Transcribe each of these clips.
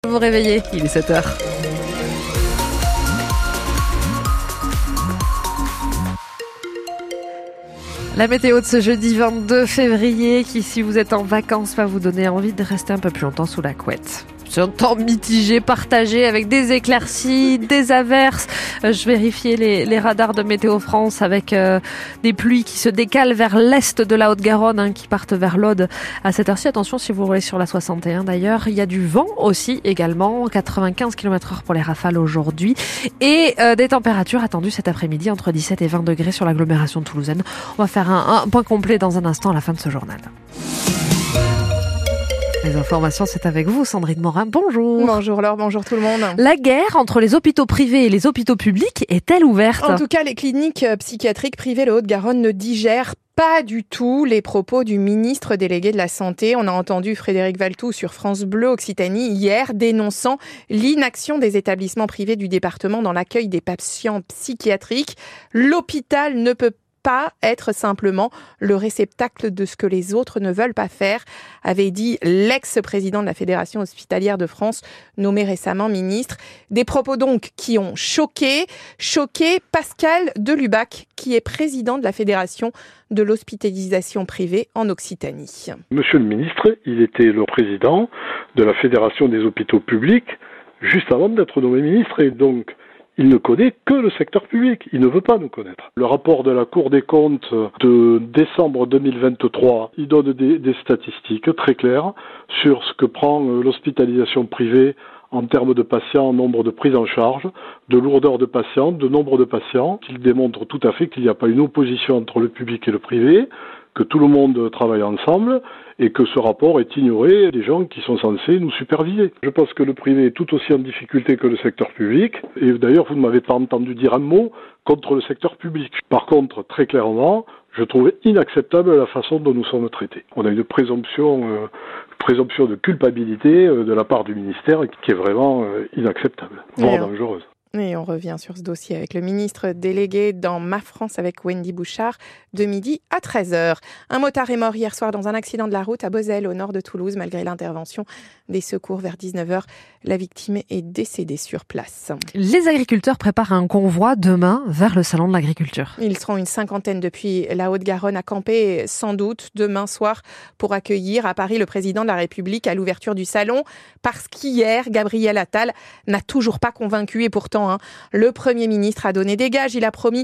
Vous réveillez, il est 7h. La météo de ce jeudi 22 février qui, si vous êtes en vacances, va vous donner envie de rester un peu plus longtemps sous la couette. C'est un temps mitigé, partagé, avec des éclaircies, des averses. Je vérifiais les radars de Météo France avec des pluies qui se décalent vers l'est de la Haute-Garonne, qui partent vers l'Aude à cette heure-ci. Attention si vous roulez sur la 61 d'ailleurs. Il y a du vent aussi également, 95 km/h pour les rafales aujourd'hui. Et des températures attendues cet après-midi entre 17 et 20 degrés sur l'agglomération toulousaine. On va faire un point complet dans un instant à la fin de ce journal. Les informations, c'est avec vous, Sandrine Morin. Bonjour. Bonjour Laure, bonjour tout le monde. La guerre entre les hôpitaux privés et les hôpitaux publics est-elle ouverte ? En tout cas, les cliniques psychiatriques privées de Haute-Garonne ne digèrent pas du tout les propos du ministre délégué de la Santé. On a entendu Frédéric Valtou sur France Bleu Occitanie hier dénonçant l'inaction des établissements privés du département dans l'accueil des patients psychiatriques. L'hôpital ne peut pas être simplement le réceptacle de ce que les autres ne veulent pas faire, avait dit l'ex-président de la Fédération hospitalière de France, nommé récemment ministre. Des propos donc qui ont choqué Pascal Delubac, qui est président de la Fédération de l'hospitalisation privée en Occitanie. Monsieur le ministre, il était le président de la Fédération des hôpitaux publics juste avant d'être nommé ministre, et donc il ne connaît que le secteur public, il ne veut pas nous connaître. Le rapport de la Cour des comptes de décembre 2023, il donne des statistiques très claires sur ce que prend l'hospitalisation privée en termes de patients, nombre de prises en charge, de lourdeur de patients, de nombre de patients. Il démontre tout à fait qu'il n'y a pas une opposition entre le public et le privé, que tout le monde travaille ensemble et que ce rapport est ignoré des gens qui sont censés nous superviser. Je pense que le privé est tout aussi en difficulté que le secteur public, et d'ailleurs vous ne m'avez pas entendu dire un mot contre le secteur public. Par contre, très clairement, je trouve inacceptable la façon dont nous sommes traités. On a une présomption de culpabilité de la part du ministère qui est vraiment inacceptable, voire dangereuse. Et on revient sur ce dossier avec le ministre délégué dans Ma France avec Wendy Bouchard de midi à 13h. Un motard est mort hier soir dans un accident de la route à Bozelle au nord de Toulouse. Malgré l'intervention des secours vers 19h, la victime est décédée sur place. Les agriculteurs préparent un convoi demain vers le salon de l'agriculture. Ils seront une cinquantaine depuis la Haute-Garonne à camper sans doute demain soir pour accueillir à Paris le président de la République à l'ouverture du salon. Parce qu'hier, Gabriel Attal n'a toujours pas convaincu et pourtant le Premier ministre a donné des gages. Il a promis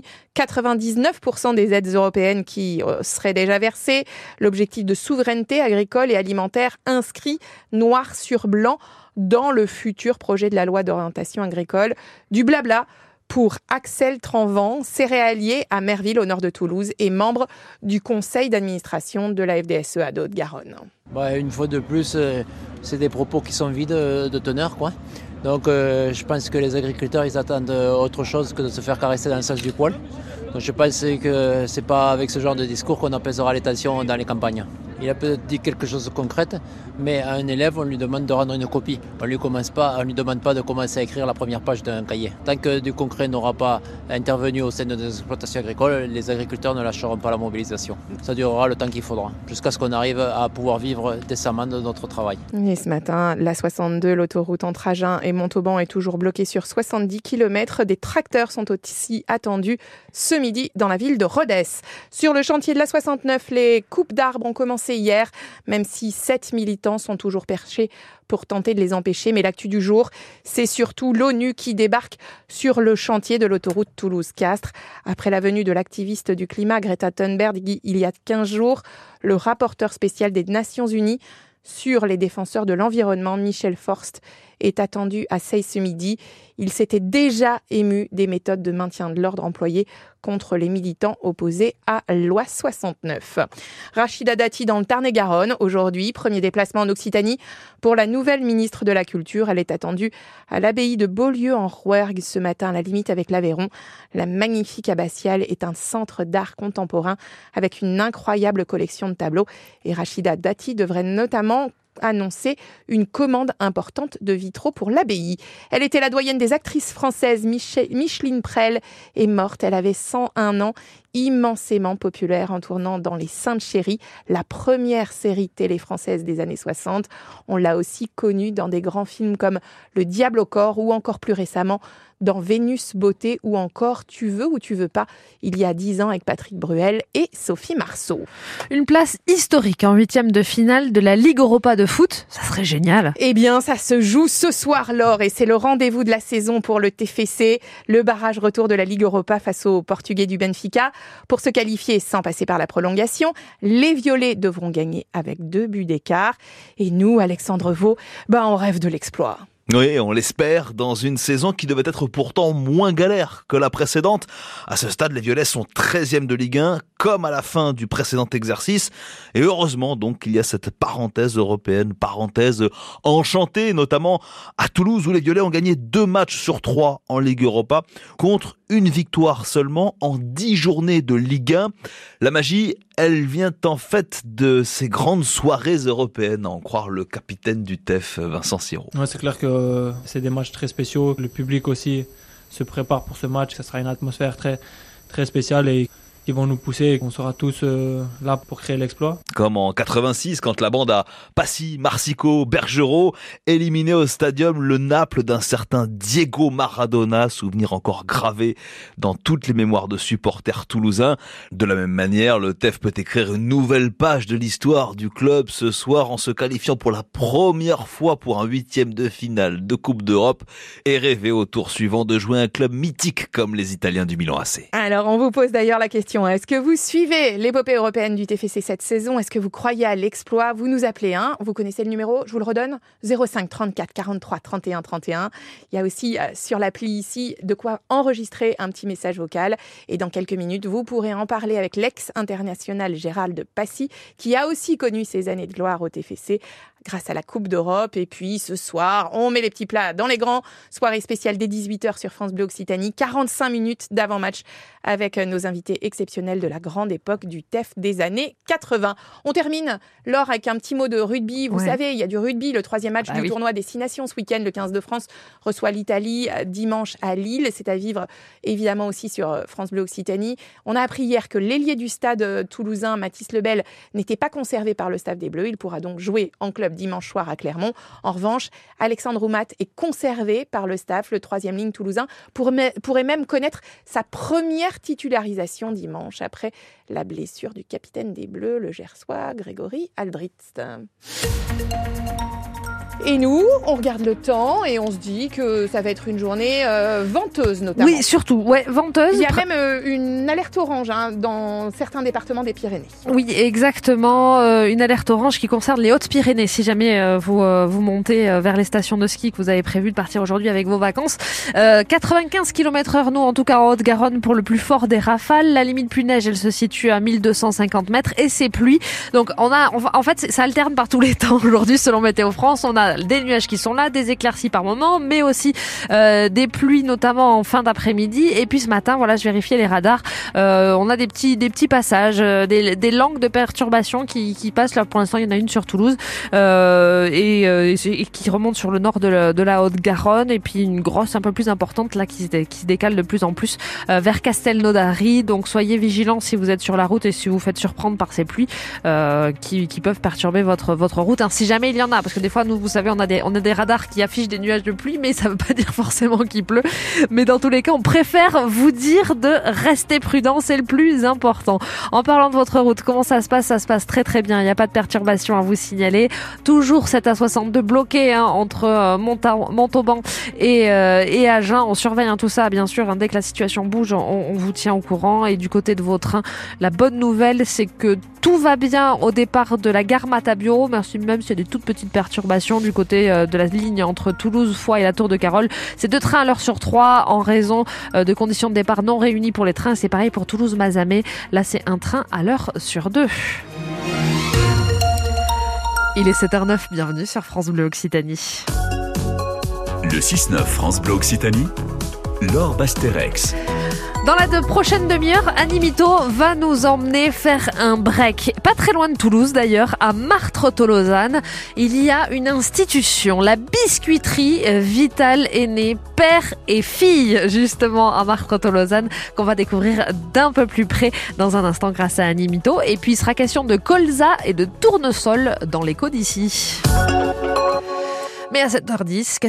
99% des aides européennes qui seraient déjà versées. L'objectif de souveraineté agricole et alimentaire inscrit noir sur blanc dans le futur projet de la loi d'orientation agricole. Du blabla pour Axel Tranvant, céréalier à Merville au nord de Toulouse et membre du conseil d'administration de la FDSEA de Haute-Garonne. Une fois de plus, c'est des propos qui sont vides de teneur, quoi. Donc je pense que les agriculteurs, ils attendent autre chose que de se faire caresser dans le sens du poil. Donc je pense que c'est pas avec ce genre de discours qu'on apaisera les tensions dans les campagnes. Il a peut-être dit quelque chose de concret, mais à un élève, on lui demande de rendre une copie. On lui demande pas de commencer à écrire la première page d'un cahier. Tant que du concret n'aura pas intervenu au sein de nos exploitations agricoles, les agriculteurs ne lâcheront pas la mobilisation. Ça durera le temps qu'il faudra, jusqu'à ce qu'on arrive à pouvoir vivre décemment de notre travail. Et ce matin, la 62, l'autoroute entre Agen et Montauban est toujours bloquée sur 70 km. Des tracteurs sont aussi attendus ce midi dans la ville de Rodez. Sur le chantier de la 69, les coupes d'arbres ont commencé hier, même si 7 militants sont toujours perchés pour tenter de les empêcher. Mais l'actu du jour, c'est surtout l'ONU qui débarque sur le chantier de l'autoroute Toulouse-Castres. Après la venue de l'activiste du climat Greta Thunberg il y a 15 jours, le rapporteur spécial des Nations Unies sur les défenseurs de l'environnement, Michel Forst, est attendu à Sey ce midi. Il s'était déjà ému des méthodes de maintien de l'ordre employées contre les militants opposés à loi 69. Rachida Dati dans le Tarn-et-Garonne, aujourd'hui, premier déplacement en Occitanie pour la nouvelle ministre de la Culture. Elle est attendue à l'abbaye de Beaulieu en Rouergue ce matin, à la limite avec l'Aveyron. La magnifique abbatiale est un centre d'art contemporain avec une incroyable collection de tableaux. Et Rachida Dati devrait notamment annoncer une commande importante de vitraux pour l'abbaye. Elle était la doyenne des actrices françaises. Micheline Prel est morte, elle avait 101 ans. immensément populaire en tournant dans Les Saintes Chéries, la première série télé française des années 60. On l'a aussi connu dans des grands films comme Le Diable au corps ou encore plus récemment dans Vénus Beauté ou encore Tu veux ou tu veux pas, il y a 10 ans avec Patrick Bruel et Sophie Marceau. Une place historique en 8e de finale de la Ligue Europa de foot, ça serait génial. Eh bien, ça se joue ce soir, Laure, et c'est le rendez-vous de la saison pour le TFC, le barrage retour de la Ligue Europa face aux Portugais du Benfica. Pour se qualifier sans passer par la prolongation, les Violets devront gagner avec 2 buts d'écart. Et nous, Alexandre Vaux, on rêve de l'exploit. Oui, on l'espère, dans une saison qui devait être pourtant moins galère que la précédente. À ce stade, les Violets sont 13e de Ligue 1, comme à la fin du précédent exercice. Et heureusement, donc, il y a cette parenthèse européenne, parenthèse enchantée, notamment à Toulouse, où les Violets ont gagné 2 matchs sur 3 en Ligue Europa, contre une victoire seulement en 10 journées de Ligue 1. La magie, elle vient en fait de ces grandes soirées européennes, à en croire le capitaine du TEF, Vincent Siro. Ouais, c'est clair que c'est des matchs très spéciaux. Le public aussi se prépare pour ce match. Ça sera une atmosphère très, très spéciale et qui vont nous pousser. On sera tous là pour créer l'exploit. Comme en 86, quand la bande a Passy, Marsico, Bergerot éliminé au stadium le Naples d'un certain Diego Maradona, souvenir encore gravé dans toutes les mémoires de supporters toulousains. De la même manière, le TEF peut écrire une nouvelle page de l'histoire du club ce soir en se qualifiant pour la première fois pour un 8e de finale de Coupe d'Europe et rêver au tour suivant de jouer un club mythique comme les Italiens du Milan AC. Alors, on vous pose d'ailleurs la question. Est-ce que vous suivez l'épopée européenne du TFC cette saison ? Est-ce que vous croyez à l'exploit ? Vous nous appelez, vous connaissez le numéro, je vous le redonne, 05 34 43 31 31. Il y a aussi sur l'appli ici de quoi enregistrer un petit message vocal. Et dans quelques minutes, vous pourrez en parler avec l'ex-international Gérald Passy, qui a aussi connu ses années de gloire au TFC grâce à la Coupe d'Europe. Et puis ce soir, on met les petits plats dans les grands. Soirée spéciale dès 18h sur France Bleu Occitanie. 45 minutes d'avant-match avec nos invités exceptionnels de la grande époque du TEF des années 80. On termine, Laure, avec un petit mot de rugby. Vous savez, il y a du rugby. Le 3e match du tournoi Destination ce week-end. Le 15 de France reçoit l'Italie dimanche à Lille. C'est à vivre évidemment aussi sur France Bleu Occitanie. On a appris hier que l'ailier du stade toulousain, Mathis Lebel, n'était pas conservé par le staff des Bleus. Il pourra donc jouer en club dimanche soir à Clermont. En revanche, Alexandre Oumat est conservé par le staff. Le 3e ligne toulousain pourrait même connaître sa première titularisation dimanche après la blessure du capitaine des Bleus, le Gersois Grégory Aldritz. Et nous, on regarde le temps et on se dit que ça va être une journée venteuse notamment. Oui, surtout, venteuse. Il y a même une alerte orange dans certains départements des Pyrénées. Oui, exactement. Une alerte orange qui concerne les Hautes-Pyrénées. Si jamais vous montez vers les stations de ski que vous avez prévu de partir aujourd'hui avec vos vacances. 95 km/h, nous, en tout cas en Haute-Garonne, pour le plus fort des rafales. La limite pluie neige, elle se situe à 1250 mètres et c'est pluie. Donc en fait, ça alterne par tous les temps aujourd'hui selon Météo France. On a des nuages qui sont là, des éclaircies par moment, mais aussi des pluies notamment en fin d'après-midi. Et puis ce matin, je vérifiais les radars. On a des petits passages, des langues de perturbation qui passent. Là, pour l'instant, il y en a une sur Toulouse et qui remonte sur le nord de la Haute-Garonne. Et puis une grosse un peu plus importante là qui se décale de plus en plus vers Castelnaudary. Donc soyez vigilants si vous êtes sur la route et si vous faites surprendre par ces pluies qui peuvent perturber votre route. Si jamais il y en a, parce que des fois, nous, vous savez, on a des radars qui affichent des nuages de pluie, mais ça veut pas dire forcément qu'il pleut. Mais dans tous les cas, on préfère vous dire de rester prudent, c'est le plus important. En parlant de votre route, comment ça se passe ? Ça se passe très très bien, il n'y a pas de perturbation à vous signaler. Toujours 7 à 62 bloqués entre Montauban et Agen. On surveille tout ça, bien sûr. Dès que la situation bouge, on vous tient au courant. Et du côté de vos trains, la bonne nouvelle, c'est que tout va bien au départ de la gare Matabio, même s'il y a des toutes petites perturbations du côté de la ligne entre Toulouse, Foix et la Tour de Carole. C'est 2 trains à l'heure sur 3 en raison de conditions de départ non réunies pour les trains. C'est pareil pour Toulouse-Mazamet. Là, c'est un train à l'heure sur 2. Il est 7h09, bienvenue sur France Bleu Occitanie. Le 6-9 France Bleu Occitanie, Laure Basterex. Dans la prochaine demi-heure, Annie Mito va nous emmener faire un break. Pas très loin de Toulouse d'ailleurs, à Martres-Tolosane, il y a une institution, la biscuiterie Vital est née père et fille, justement, à Martres-Tolosane, qu'on va découvrir d'un peu plus près dans un instant grâce à Annie Mito. Et puis il sera question de colza et de tournesol dans l'écho d'ici. Mais à 7h10, qu'est-ce qu'on fait ?